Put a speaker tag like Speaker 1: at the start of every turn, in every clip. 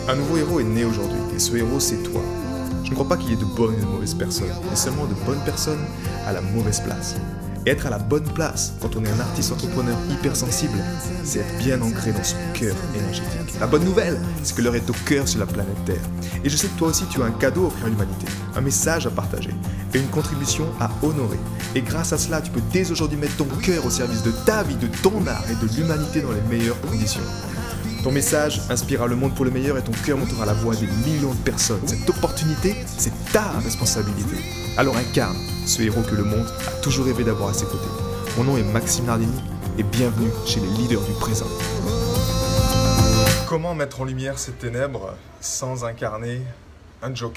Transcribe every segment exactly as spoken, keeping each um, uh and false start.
Speaker 1: Un nouveau héros est né aujourd'hui, et ce héros, c'est toi. Je ne crois pas qu'il y ait de bonnes et de mauvaises personnes, mais seulement de bonnes personnes à la mauvaise place. Et être à la bonne place, quand on est un artiste entrepreneur hypersensible, c'est être bien ancré dans son cœur énergétique. La bonne nouvelle, c'est que l'heure est au cœur sur la planète Terre. Et je sais que toi aussi, tu as un cadeau à offrir à l'humanité, un message à partager, et une contribution à honorer. Et grâce à cela, tu peux dès aujourd'hui mettre ton cœur au service de ta vie, de ton art et de l'humanité dans les meilleures conditions. Ton message inspirera le monde pour le meilleur et ton cœur montera la voix des millions de personnes. Cette opportunité, c'est ta responsabilité. Alors incarne ce héros que le monde a toujours rêvé d'avoir à ses côtés. Mon nom est Maxime Nardini et bienvenue chez les leaders du présent. Comment mettre en lumière ces ténèbres sans incarner un joker ?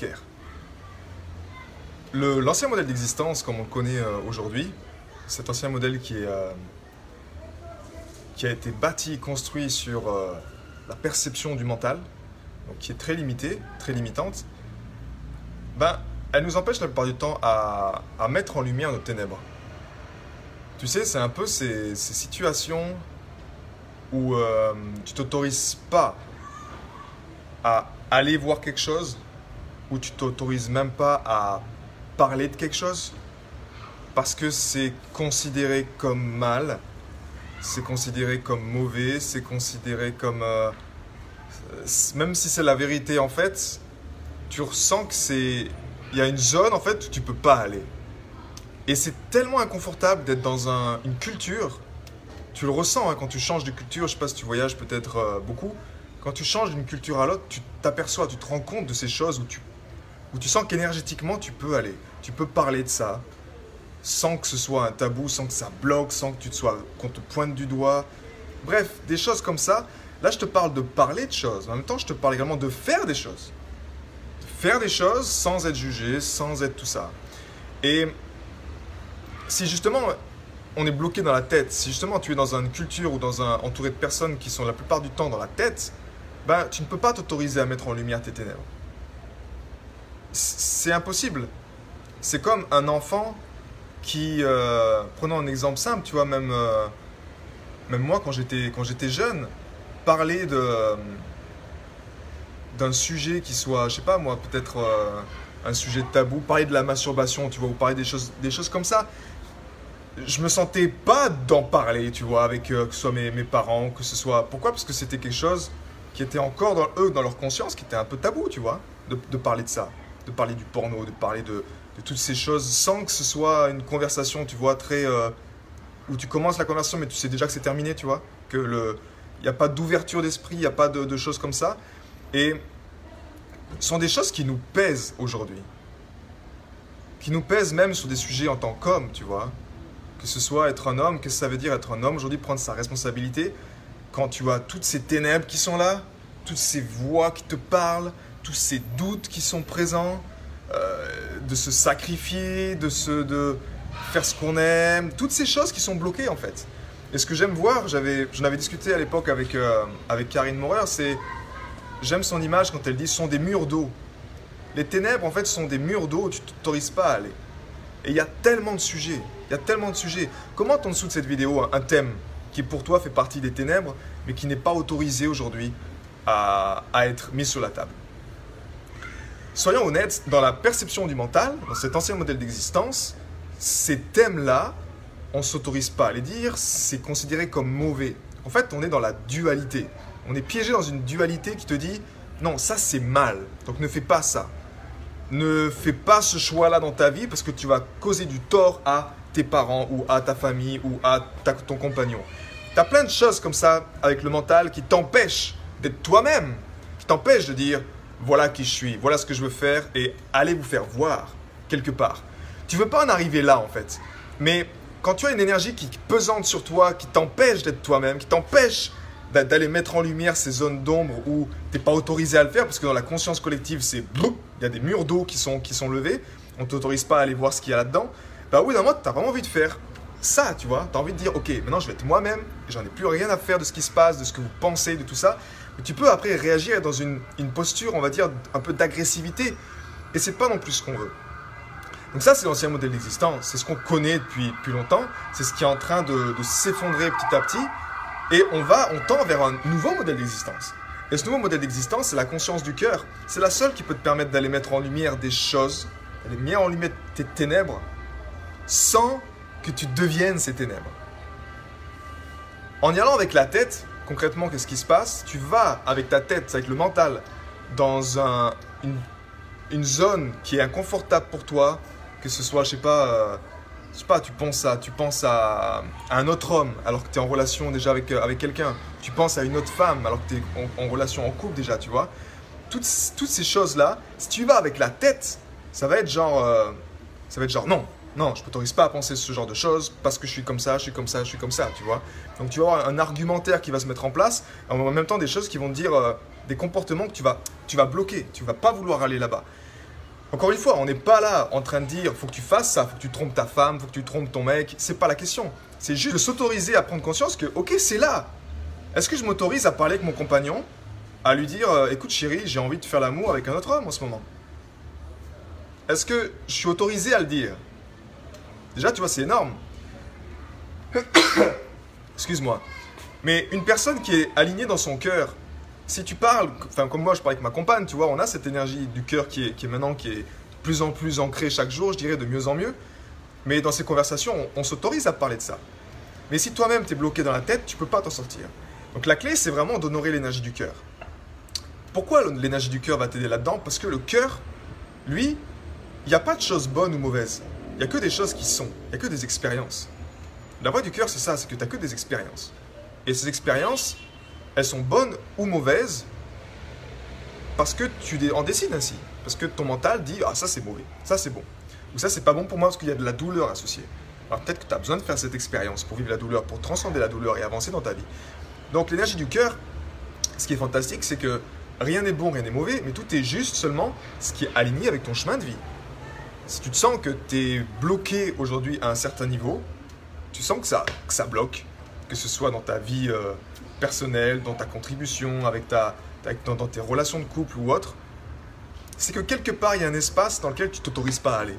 Speaker 1: Le, L'ancien modèle d'existence, comme on le connaît euh, aujourd'hui, cet ancien modèle qui, est, euh, qui a été bâti, construit sur euh, la perception du mental, donc qui est très limitée, très limitante, ben, elle nous empêche la plupart du temps à, à mettre en lumière nos ténèbres. Tu sais, c'est un peu ces, ces situations où euh, tu t'autorises pas à aller voir quelque chose, où tu t'autorises même pas à parler de quelque chose, parce que c'est considéré comme mal, c'est considéré comme mauvais, c'est considéré comme... Euh, même si c'est la vérité en fait, tu ressens que c'est... Il y a une zone en fait où tu peux pas aller. Et c'est tellement inconfortable d'être dans un, une culture. Tu le ressens hein, quand tu changes de culture. Je sais pas si tu voyages peut-être euh, beaucoup. Quand tu changes d'une culture à l'autre, tu t'aperçois, tu te rends compte de ces choses où tu, où tu sens qu'énergétiquement tu peux aller. Tu peux parler de ça sans que ce soit un tabou, sans que ça bloque, sans que tu te sois, qu'on te pointe du doigt. Bref, des choses comme ça. Là, je te parle de parler de choses. En même temps, je te parle également de faire des choses. Faire des choses sans être jugé, sans être tout ça. Et si justement on est bloqué dans la tête, si justement tu es dans une culture ou dans un entouré de personnes qui sont la plupart du temps dans la tête, ben tu ne peux pas t'autoriser à mettre en lumière tes ténèbres. C'est impossible. C'est comme un enfant qui, euh, prenons un exemple simple, tu vois, même, euh, même moi quand j'étais, quand j'étais jeune, parler de... Euh, d'un sujet qui soit, je sais pas moi, peut-être euh, un sujet de tabou, parler de la masturbation, tu vois, ou parler des choses, des choses comme ça, je me sentais pas d'en parler, tu vois, avec euh, que ce soit mes, mes parents, que ce soit... Pourquoi ? Parce que c'était quelque chose qui était encore dans eux, dans leur conscience, qui était un peu tabou, tu vois, de, de parler de ça, de parler du porno, de parler de, de toutes ces choses, sans que ce soit une conversation, tu vois, très... Euh, où tu commences la conversation, mais tu sais déjà que c'est terminé, tu vois, que le... Il n'y a pas d'ouverture d'esprit, il n'y a pas de, de choses comme ça. Et ce sont des choses qui nous pèsent aujourd'hui. Qui nous pèsent même sur des sujets en tant qu'homme, tu vois. Que ce soit être un homme, qu'est-ce que ça veut dire être un homme aujourd'hui, prendre sa responsabilité quand tu as toutes ces ténèbres qui sont là, toutes ces voix qui te parlent, tous ces doutes qui sont présents, euh, de se sacrifier, de, se, de faire ce qu'on aime, toutes ces choses qui sont bloquées en fait. Et ce que j'aime voir, j'avais, j'en avais discuté à l'époque avec, euh, avec Karine Maurer, c'est... J'aime son image quand elle dit « ce sont des murs d'eau ». Les ténèbres, en fait, sont des murs d'eau où tu ne t'autorises pas à aller. Et il y a tellement de sujets, il y a tellement de sujets. Comment en dessous de cette vidéo, un thème qui pour toi fait partie des ténèbres, mais qui n'est pas autorisé aujourd'hui à, à être mis sur la table ? Soyons honnêtes, dans la perception du mental, dans cet ancien modèle d'existence, ces thèmes-là, on ne s'autorise pas à les dire, c'est considéré comme mauvais. En fait, on est dans la dualité. On est piégé dans une dualité qui te dit « Non, ça c'est mal, donc ne fais pas ça. Ne fais pas ce choix-là dans ta vie parce que tu vas causer du tort à tes parents ou à ta famille ou à ta, ton compagnon. » Tu as plein de choses comme ça avec le mental qui t'empêchent d'être toi-même, qui t'empêchent de dire « Voilà qui je suis, voilà ce que je veux faire et allez vous faire voir quelque part. » Tu ne veux pas en arriver là en fait, mais quand tu as une énergie qui pesante sur toi, qui t'empêche d'être toi-même, qui t'empêche d'aller mettre en lumière ces zones d'ombre où tu n'es pas autorisé à le faire parce que dans la conscience collective, c'est bloup, il y a des murs d'eau qui sont, qui sont levés, on ne t'autorise pas à aller voir ce qu'il y a là-dedans. Bah oui, d'un moment, tu as vraiment envie de faire ça, tu vois. Tu as envie de dire, ok, maintenant je vais être moi-même, j'en ai plus rien à faire de ce qui se passe, de ce que vous pensez, de tout ça. Mais tu peux après réagir dans une, une posture, on va dire, un peu d'agressivité. Et c'est pas non plus ce qu'on veut. Donc ça, c'est l'ancien modèle d'existence. C'est ce qu'on connaît depuis, depuis longtemps. C'est ce qui est en train de, de s'effondrer petit à petit. Et on va, on tend vers un nouveau modèle d'existence. Et ce nouveau modèle d'existence, c'est la conscience du cœur. C'est la seule qui peut te permettre d'aller mettre en lumière des choses, d'aller mettre en lumière tes ténèbres, sans que tu deviennes ces ténèbres. En y allant avec la tête, concrètement, qu'est-ce qui se passe? Tu vas avec ta tête, avec le mental, dans un, une, une zone qui est inconfortable pour toi, que ce soit, je sais pas, euh, je sais pas, tu penses à, tu penses à, à un autre homme alors que tu es en relation déjà avec, avec quelqu'un. Tu penses à une autre femme alors que tu es en, en relation en couple déjà, tu vois. Toutes, toutes ces choses-là, si tu y vas avec la tête, ça va être genre, euh, ça va être genre non. Non, je ne m'autorise pas à penser ce genre de choses parce que je suis comme ça, je suis comme ça, je suis comme ça, tu vois. Donc tu vas avoir un argumentaire qui va se mettre en place, en même temps des choses qui vont te dire euh, des comportements que tu vas, tu vas bloquer, tu ne vas pas vouloir aller là-bas. Encore une fois, on n'est pas là en train de dire faut que tu fasses ça, faut que tu trompes ta femme, faut que tu trompes ton mec, c'est pas la question. C'est juste de s'autoriser à prendre conscience que ok, c'est là. Est-ce que je m'autorise à parler avec mon compagnon, à lui dire euh, écoute chérie, j'ai envie de faire l'amour avec un autre homme en ce moment? Est-ce que je suis autorisé à le dire? Déjà, tu vois, c'est énorme. Excuse-moi. Mais une personne qui est alignée dans son cœur, si tu parles, enfin comme moi je parle avec ma compagne, tu vois, on a cette énergie du cœur qui est, qui est maintenant, qui est de plus en plus ancrée chaque jour, je dirais de mieux en mieux. Mais dans ces conversations, on, on s'autorise à parler de ça. Mais si toi-même tu es bloqué dans la tête, tu ne peux pas t'en sortir. Donc la clé, c'est vraiment d'honorer l'énergie du cœur. Pourquoi l'énergie du cœur va t'aider là-dedans? Parce que le cœur, lui, il n'y a pas de choses bonnes ou mauvaises. Il n'y a que des choses qui sont, il n'y a que des expériences. La voie du cœur, c'est ça, c'est que tu n'as que des expériences. Et ces expériences, elles sont bonnes ou mauvaises parce que tu en décides ainsi. Parce que ton mental dit « Ah, ça c'est mauvais, ça c'est bon. » Ou « Ça c'est pas bon pour moi parce qu'il y a de la douleur associée. » Alors peut-être que tu as besoin de faire cette expérience pour vivre la douleur, pour transcender la douleur et avancer dans ta vie. Donc l'énergie du cœur, ce qui est fantastique, c'est que rien n'est bon, rien n'est mauvais, mais tout est juste seulement ce qui est aligné avec ton chemin de vie. Si tu te sens que tu es bloqué aujourd'hui à un certain niveau, tu sens que ça, que ça bloque, que ce soit dans ta vie euh, personnelle, dans ta contribution, avec ta, avec, dans, dans tes relations de couple ou autre, c'est que quelque part, il y a un espace dans lequel tu ne t'autorises pas à aller.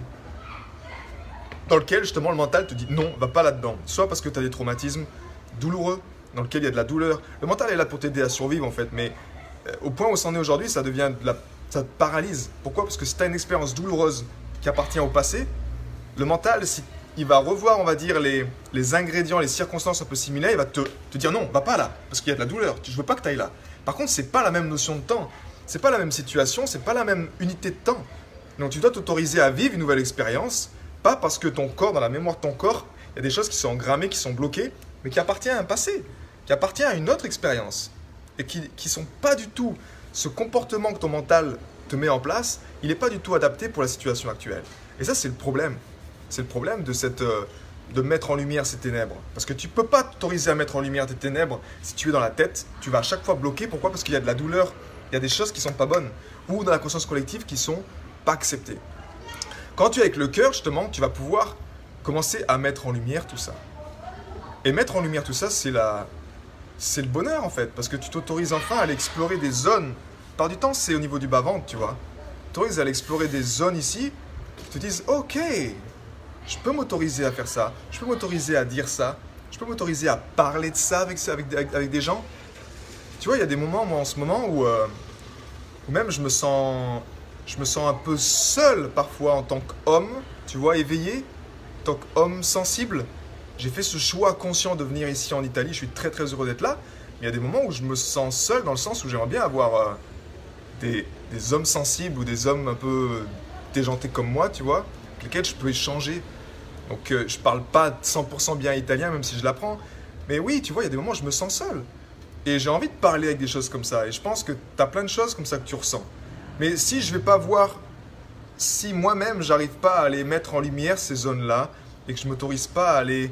Speaker 1: Dans lequel, justement, le mental te dit non, va pas là-dedans. Soit parce que tu as des traumatismes douloureux, dans lequel il y a de la douleur. Le mental est là pour t'aider à survivre, en fait, mais euh, au point où c'en est aujourd'hui, ça devient de la, ça te paralyse. Pourquoi? Parce que si tu as une expérience douloureuse qui appartient au passé, le mental, si il va revoir, on va dire, les, les ingrédients, les circonstances un peu similaires, il va te, te dire non, va pas là, parce qu'il y a de la douleur, je veux pas que tu ailles là. Par contre, c'est pas la même notion de temps, c'est pas la même situation, c'est pas la même unité de temps. Donc tu dois t'autoriser à vivre une nouvelle expérience, pas parce que ton corps, dans la mémoire de ton corps, il y a des choses qui sont engrammées, qui sont bloquées, mais qui appartiennent à un passé, qui appartiennent à une autre expérience, et qui ne sont pas du tout, ce comportement que ton mental te met en place, il n'est pas du tout adapté pour la situation actuelle. Et ça, c'est le problème. C'est le problème de, cette, euh, de mettre en lumière ces ténèbres. Parce que tu ne peux pas t'autoriser à mettre en lumière tes ténèbres si tu es dans la tête. Tu vas à chaque fois bloquer. Pourquoi? Parce qu'il y a de la douleur, il y a des choses qui ne sont pas bonnes. Ou dans la conscience collective qui ne sont pas acceptées. Quand tu es avec le cœur, justement, tu vas pouvoir commencer à mettre en lumière tout ça. Et mettre en lumière tout ça, c'est la... c'est le bonheur en fait. Parce que tu t'autorises enfin à aller explorer des zones. Par du temps, c'est au niveau du bas-ventre, tu vois. Tu t'autorises à aller explorer des zones ici qui te disent « Ok, je peux m'autoriser à faire ça, je peux m'autoriser à dire ça, je peux m'autoriser à parler de ça avec, avec, avec, avec des gens. » Tu vois, il y a des moments, moi, en ce moment, où, euh, où même je me sens, je me sens un peu seul parfois en tant qu'homme, tu vois, éveillé, en tant qu'homme sensible. J'ai fait ce choix conscient de venir ici en Italie, je suis très très heureux d'être là. Mais il y a des moments où je me sens seul dans le sens où j'aimerais bien avoir euh, des, des hommes sensibles ou des hommes un peu déjantés comme moi, tu vois, avec lesquels je peux échanger. Donc euh, je parle pas cent pour cent bien italien, même si je l'apprends. Mais oui, tu vois, il y a des moments où je me sens seul. Et j'ai envie de parler avec des choses comme ça. Et je pense que tu as plein de choses comme ça que tu ressens. Mais si je vais pas voir, si moi-même, j'arrive pas à aller mettre en lumière ces zones-là, et que je m'autorise pas à aller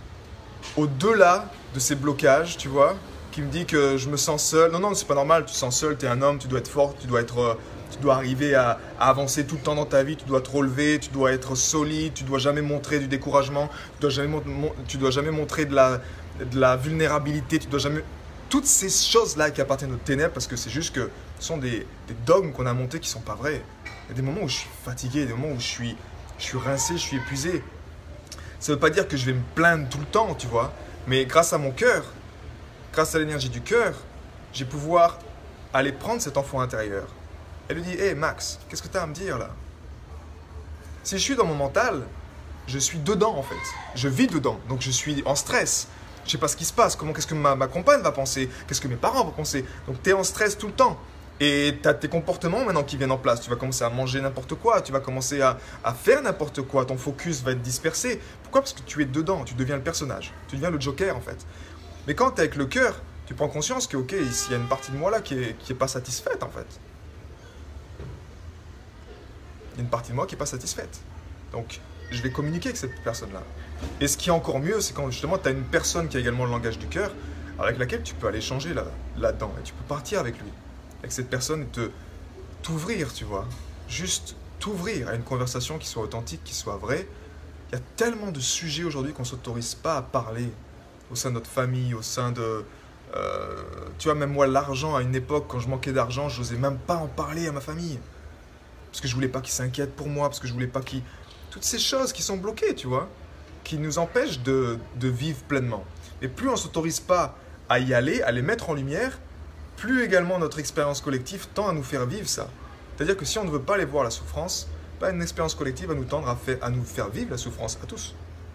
Speaker 1: au-delà de ces blocages, tu vois, qui me dit que je me sens seul. Non, non, c'est pas normal, tu te sens seul, tu es un homme, tu dois être fort, tu dois, être, euh, tu dois arriver à, à avancer tout le temps dans ta vie, tu dois te relever, tu dois être solide, tu dois jamais montrer du découragement, tu dois jamais, mon- tu dois jamais montrer de la, de la vulnérabilité, tu dois jamais... Toutes ces choses-là qui appartiennent aux ténèbres, parce que c'est juste que ce sont des, des dogmes qu'on a montés qui sont pas vrais. Il y a des moments où je suis fatigué, des moments où je suis, je suis rincé, je suis épuisé. Ça ne veut pas dire que je vais me plaindre tout le temps, tu vois. Mais grâce à mon cœur, grâce à l'énergie du cœur, je vais pouvoir aller prendre cet enfant intérieur et lui dire « Hé hey Max, qu'est-ce que tu as à me dire là ?» Si je suis dans mon mental, je suis dedans en fait. Je vis dedans, donc je suis en stress. Je ne sais pas ce qui se passe, comment, qu'est-ce que ma, ma compagne va penser, qu'est-ce que mes parents vont penser. Donc tu es en stress tout le temps. Et tu as tes comportements maintenant qui viennent en place. Tu vas commencer à manger n'importe quoi, tu vas commencer à, à faire n'importe quoi. Ton focus va être dispersé. Pourquoi ? Parce que tu es dedans, tu deviens le personnage. Tu deviens le Joker en fait. Mais quand tu es avec le cœur, tu prends conscience que, ok, ici, il y a une partie de moi là qui n'est qui est pas satisfaite en fait. Il y a une partie de moi qui n'est pas satisfaite. Donc, je vais communiquer avec cette personne-là. Et ce qui est encore mieux, c'est quand justement tu as une personne qui a également le langage du cœur, avec laquelle tu peux aller changer là, là-dedans. Et tu peux partir avec lui, avec cette personne et te, t'ouvrir, tu vois. Juste t'ouvrir à une conversation qui soit authentique, qui soit vraie. Il y a tellement de sujets aujourd'hui qu'on ne s'autorise pas à parler au sein de notre famille, au sein de... Euh, tu vois, même moi, l'argent, à une époque, quand je manquais d'argent, je n'osais même pas en parler à ma famille. Parce que je voulais pas qu'ils s'inquiètent pour moi, parce que je voulais pas qu'ils... Toutes ces choses qui sont bloquées, tu vois, qui nous empêchent de, de vivre pleinement. Et plus on ne s'autorise pas à y aller, à les mettre en lumière, plus également notre expérience collective tend à nous faire vivre ça. C'est-à-dire que si on ne veut pas aller voir la souffrance, bah une expérience collective va nous tendre à, faire, à nous faire vivre la souffrance, à tous.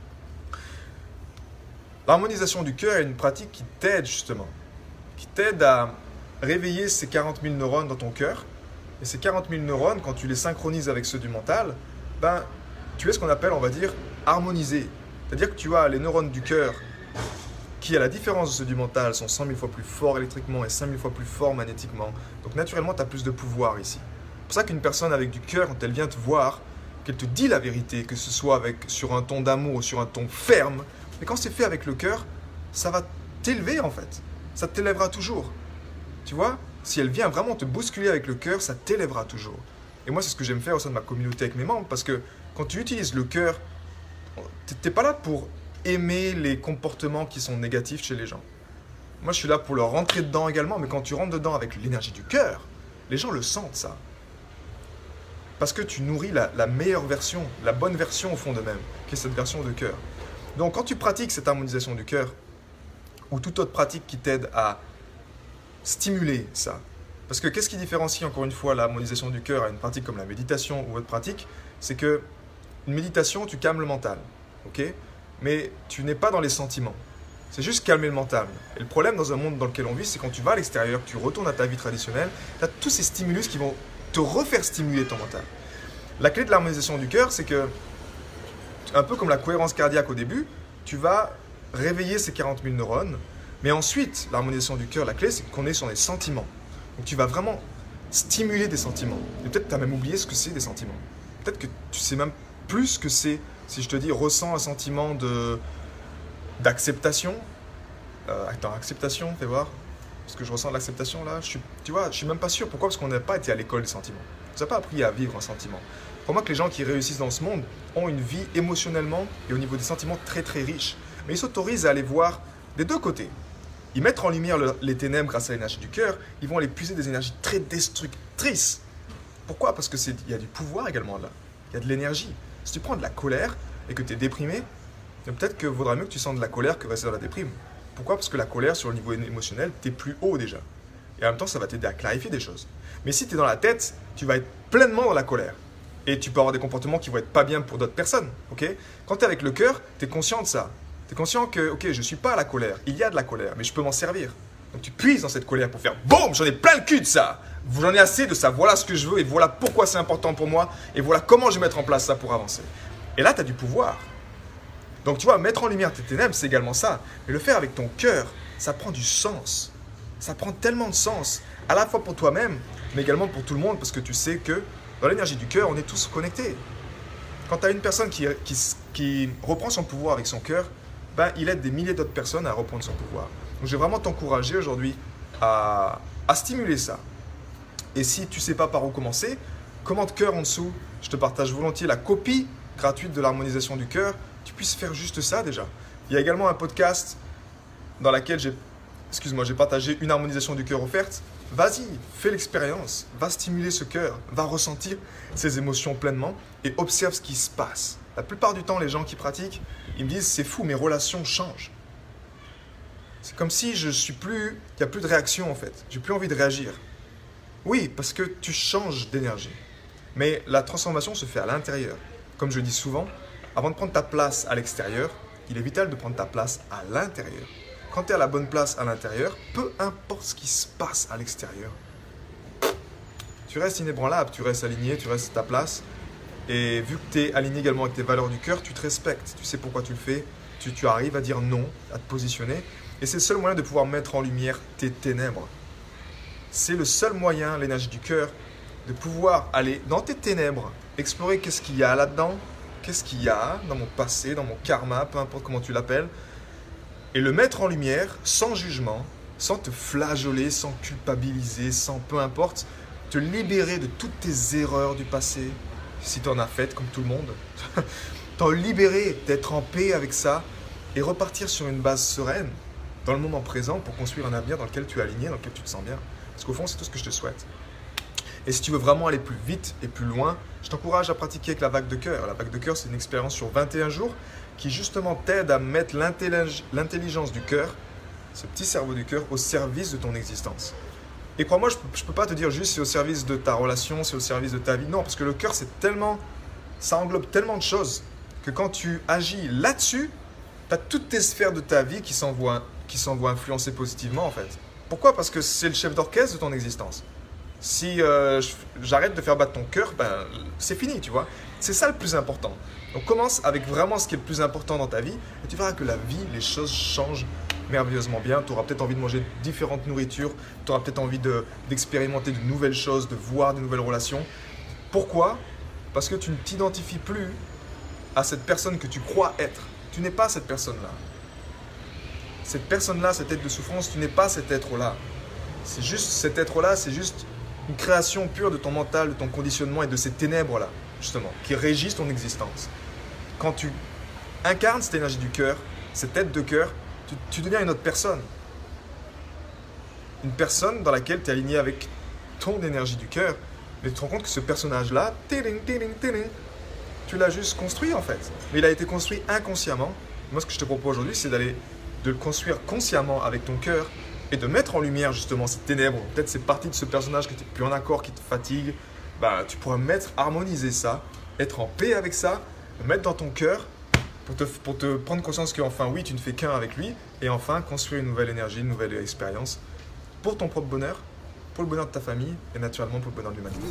Speaker 1: L'harmonisation du cœur est une pratique qui t'aide justement, qui t'aide à réveiller ces quarante mille neurones dans ton cœur. Et ces quarante mille neurones, quand tu les synchronises avec ceux du mental, ben, tu es ce qu'on appelle, on va dire, harmonisé. C'est-à-dire que tu as les neurones du cœur qui, à la différence de ceux du mental, sont cent mille fois plus forts électriquement et cinq mille fois plus forts magnétiquement. Donc naturellement, tu as plus de pouvoir ici. C'est pour ça qu'une personne avec du cœur, quand elle vient te voir, qu'elle te dit la vérité, que ce soit avec, sur un ton d'amour ou sur un ton ferme, mais quand c'est fait avec le cœur, ça va t'élever en fait. Ça t'élèvera toujours. Tu vois ? Si elle vient vraiment te bousculer avec le cœur, ça t'élèvera toujours. Et moi, c'est ce que j'aime faire au sein de ma communauté avec mes membres, parce que quand tu utilises le cœur, tu n'es pas là pour aimer les comportements qui sont négatifs chez les gens. Moi, je suis là pour leur rentrer dedans également, mais quand tu rentres dedans avec l'énergie du cœur, les gens le sentent, ça. Parce que tu nourris la, la meilleure version, la bonne version au fond d'eux-mêmes, qui est cette version de cœur. Donc, quand tu pratiques cette harmonisation du cœur, ou toute autre pratique qui t'aide à stimuler ça. Parce que qu'est-ce qui différencie encore une fois l'harmonisation du cœur à une pratique comme la méditation ou autre pratique, c'est que une méditation, tu calmes le mental, ok ? Mais tu n'es pas dans les sentiments. C'est juste calmer le mental. Et le problème dans un monde dans lequel on vit, c'est quand tu vas à l'extérieur, que tu retournes à ta vie traditionnelle, tu as tous ces stimulus qui vont te refaire stimuler ton mental. La clé de l'harmonisation du cœur, c'est que, un peu comme la cohérence cardiaque au début, tu vas réveiller ces quarante mille neurones. Mais ensuite, l'harmonisation du cœur, la clé, c'est qu'on est sur les sentiments. Donc tu vas vraiment stimuler des sentiments. Et peut-être que tu as même oublié ce que c'est des sentiments. Peut-être que tu sais même plus ce que c'est. Si je te dis, ressens un sentiment de, d'acceptation. Euh, attends, acceptation, fais voir. Est-ce que je ressens de l'acceptation là ? je suis, Tu vois, je suis même pas sûr. Pourquoi ? Parce qu'on n'a pas été à l'école des sentiments. On nous a pas appris à vivre un sentiment. Pour moi, que les gens qui réussissent dans ce monde ont une vie émotionnellement et au niveau des sentiments très très riche. Mais ils s'autorisent à aller voir des deux côtés. Ils mettent en lumière le, les ténèbres grâce à l'énergie du cœur, ils vont aller puiser des énergies très destructrices. Pourquoi ? Parce qu'il y a du pouvoir également là, il y a de l'énergie. Si tu prends de la colère et que tu es déprimé, peut-être que vaudra mieux que tu sens de la colère que rester dans la déprime. Pourquoi ? Parce que la colère sur le niveau émotionnel, tu es plus haut déjà. Et en même temps, ça va t'aider à clarifier des choses. Mais si tu es dans la tête, tu vas être pleinement dans la colère. Et tu peux avoir des comportements qui vont être pas bien pour d'autres personnes. Okay ? Quand tu es avec le cœur, tu es conscient de ça. Tu es conscient que, ok, je ne suis pas à la colère, il y a de la colère, mais je peux m'en servir. Donc tu puises dans cette colère pour faire boum, j'en ai plein le cul de ça. J'en ai assez de ça, voilà ce que je veux et voilà pourquoi c'est important pour moi et voilà comment je vais mettre en place ça pour avancer. Et là, tu as du pouvoir. Donc tu vois, mettre en lumière tes ténèbres, c'est également ça. Mais le faire avec ton cœur, ça prend du sens. Ça prend tellement de sens, à la fois pour toi-même, mais également pour tout le monde, parce que tu sais que dans l'énergie du cœur, on est tous connectés. Quand tu as une personne qui, qui, qui reprend son pouvoir avec son cœur, ben, il aide des milliers d'autres personnes à reprendre son pouvoir. Donc, je vais vraiment t'encourager aujourd'hui à, à stimuler ça. Et si tu ne sais pas par où commencer, commente cœur en dessous. Je te partage volontiers la copie gratuite de l'harmonisation du cœur. Tu puisses faire juste ça déjà. Il y a également un podcast dans lequel j'ai, excuse-moi, j'ai partagé une harmonisation du cœur offerte. Vas-y, fais l'expérience. Va stimuler ce cœur. Va ressentir ses émotions pleinement et observe ce qui se passe. La plupart du temps, les gens qui pratiquent, ils me disent « c'est fou, mes relations changent ». C'est comme si je suis plus, il n'y a plus de réaction en fait. J'ai plus envie de réagir. Oui, parce que tu changes d'énergie. Mais la transformation se fait à l'intérieur. Comme je dis souvent, avant de prendre ta place à l'extérieur, il est vital de prendre ta place à l'intérieur. Quand tu es à la bonne place à l'intérieur, peu importe ce qui se passe à l'extérieur, tu restes inébranlable, tu restes aligné, tu restes à ta place. Et vu que tu es aligné également avec tes valeurs du cœur, tu te respectes, tu sais pourquoi tu le fais, tu, tu arrives à dire non, à te positionner. Et c'est le seul moyen de pouvoir mettre en lumière tes ténèbres. C'est le seul moyen, l'énergie du cœur, de pouvoir aller dans tes ténèbres, explorer qu'est-ce qu'il y a là-dedans, qu'est-ce qu'il y a dans mon passé, dans mon karma, peu importe comment tu l'appelles, et le mettre en lumière sans jugement, sans te flageoler, sans culpabiliser, sans peu importe, te libérer de toutes tes erreurs du passé, si tu en as faites comme tout le monde, t'en libérer, d'être en paix avec ça et repartir sur une base sereine dans le moment présent pour construire un avenir dans lequel tu es aligné, dans lequel tu te sens bien. Parce qu'au fond, c'est tout ce que je te souhaite. Et si tu veux vraiment aller plus vite et plus loin, je t'encourage à pratiquer avec la vague de cœur. La vague de cœur, c'est une expérience sur vingt et un jours qui justement t'aide à mettre l'intelligence du cœur, ce petit cerveau du cœur, au service de ton existence. Et crois-moi, je ne peux pas te dire juste c'est au service de ta relation, c'est au service de ta vie. Non, parce que le cœur, c'est tellement, ça englobe tellement de choses que quand tu agis là-dessus, tu as toutes tes sphères de ta vie qui s'en voient, qui s'en voient influencer positivement en fait. Pourquoi ? Parce que c'est le chef d'orchestre de ton existence. Si euh, j'arrête de faire battre ton cœur, ben, c'est fini, tu vois. C'est ça le plus important. Donc commence avec vraiment ce qui est le plus important dans ta vie et tu verras que la vie, les choses changent merveilleusement bien. Tu auras peut-être envie de manger différentes nourritures, tu auras peut-être envie de, d'expérimenter de nouvelles choses, de voir de nouvelles relations. Pourquoi ? Parce que tu ne t'identifies plus à cette personne que tu crois être. Tu n'es pas cette personne-là. Cette personne-là, cette être de souffrance, tu n'es pas cet être-là. C'est juste cet être-là, c'est juste une création pure de ton mental, de ton conditionnement et de ces ténèbres-là, justement, qui régissent ton existence. Quand tu incarnes cette énergie du cœur, cette être de cœur, tu, tu deviens une autre personne. Une personne dans laquelle tu es aligné avec ton énergie du cœur, mais tu te rends compte que ce personnage-là, tiling, tiling, tiling, tu l'as juste construit en fait. Mais il a été construit inconsciemment. Moi, ce que je te propose aujourd'hui, c'est d'aller de le construire consciemment avec ton cœur et de mettre en lumière justement ces ténèbres, peut-être ces parties de ce personnage qui n'était plus en accord, qui te fatigue. Bah, tu pourras mettre, harmoniser ça, être en paix avec ça, le mettre dans ton cœur pour te, pour te prendre conscience qu'enfin, oui, tu ne fais qu'un avec lui et enfin construire une nouvelle énergie, une nouvelle expérience pour ton propre bonheur, pour le bonheur de ta famille et naturellement pour le bonheur de l'humanité.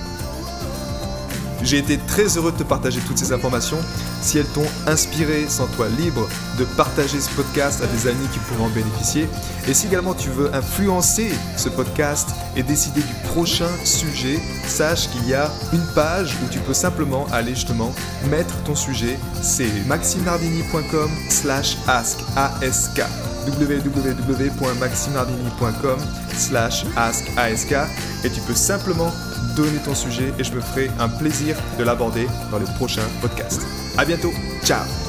Speaker 1: J'ai été très heureux de te partager toutes ces informations. Si elles t'ont inspiré, sens-toi libre de partager ce podcast à des amis qui pourraient en bénéficier. Et si également tu veux influencer ce podcast et décider du prochain sujet, sache qu'il y a une page où tu peux simplement aller justement mettre ton sujet. C'est maximnardini.com slash ask, A-S-K. w w w point maximnardini point com slash ask, A-S-K. Et tu peux simplement donner ton sujet et je me ferai un plaisir de l'aborder dans les prochains podcasts. À bientôt, ciao!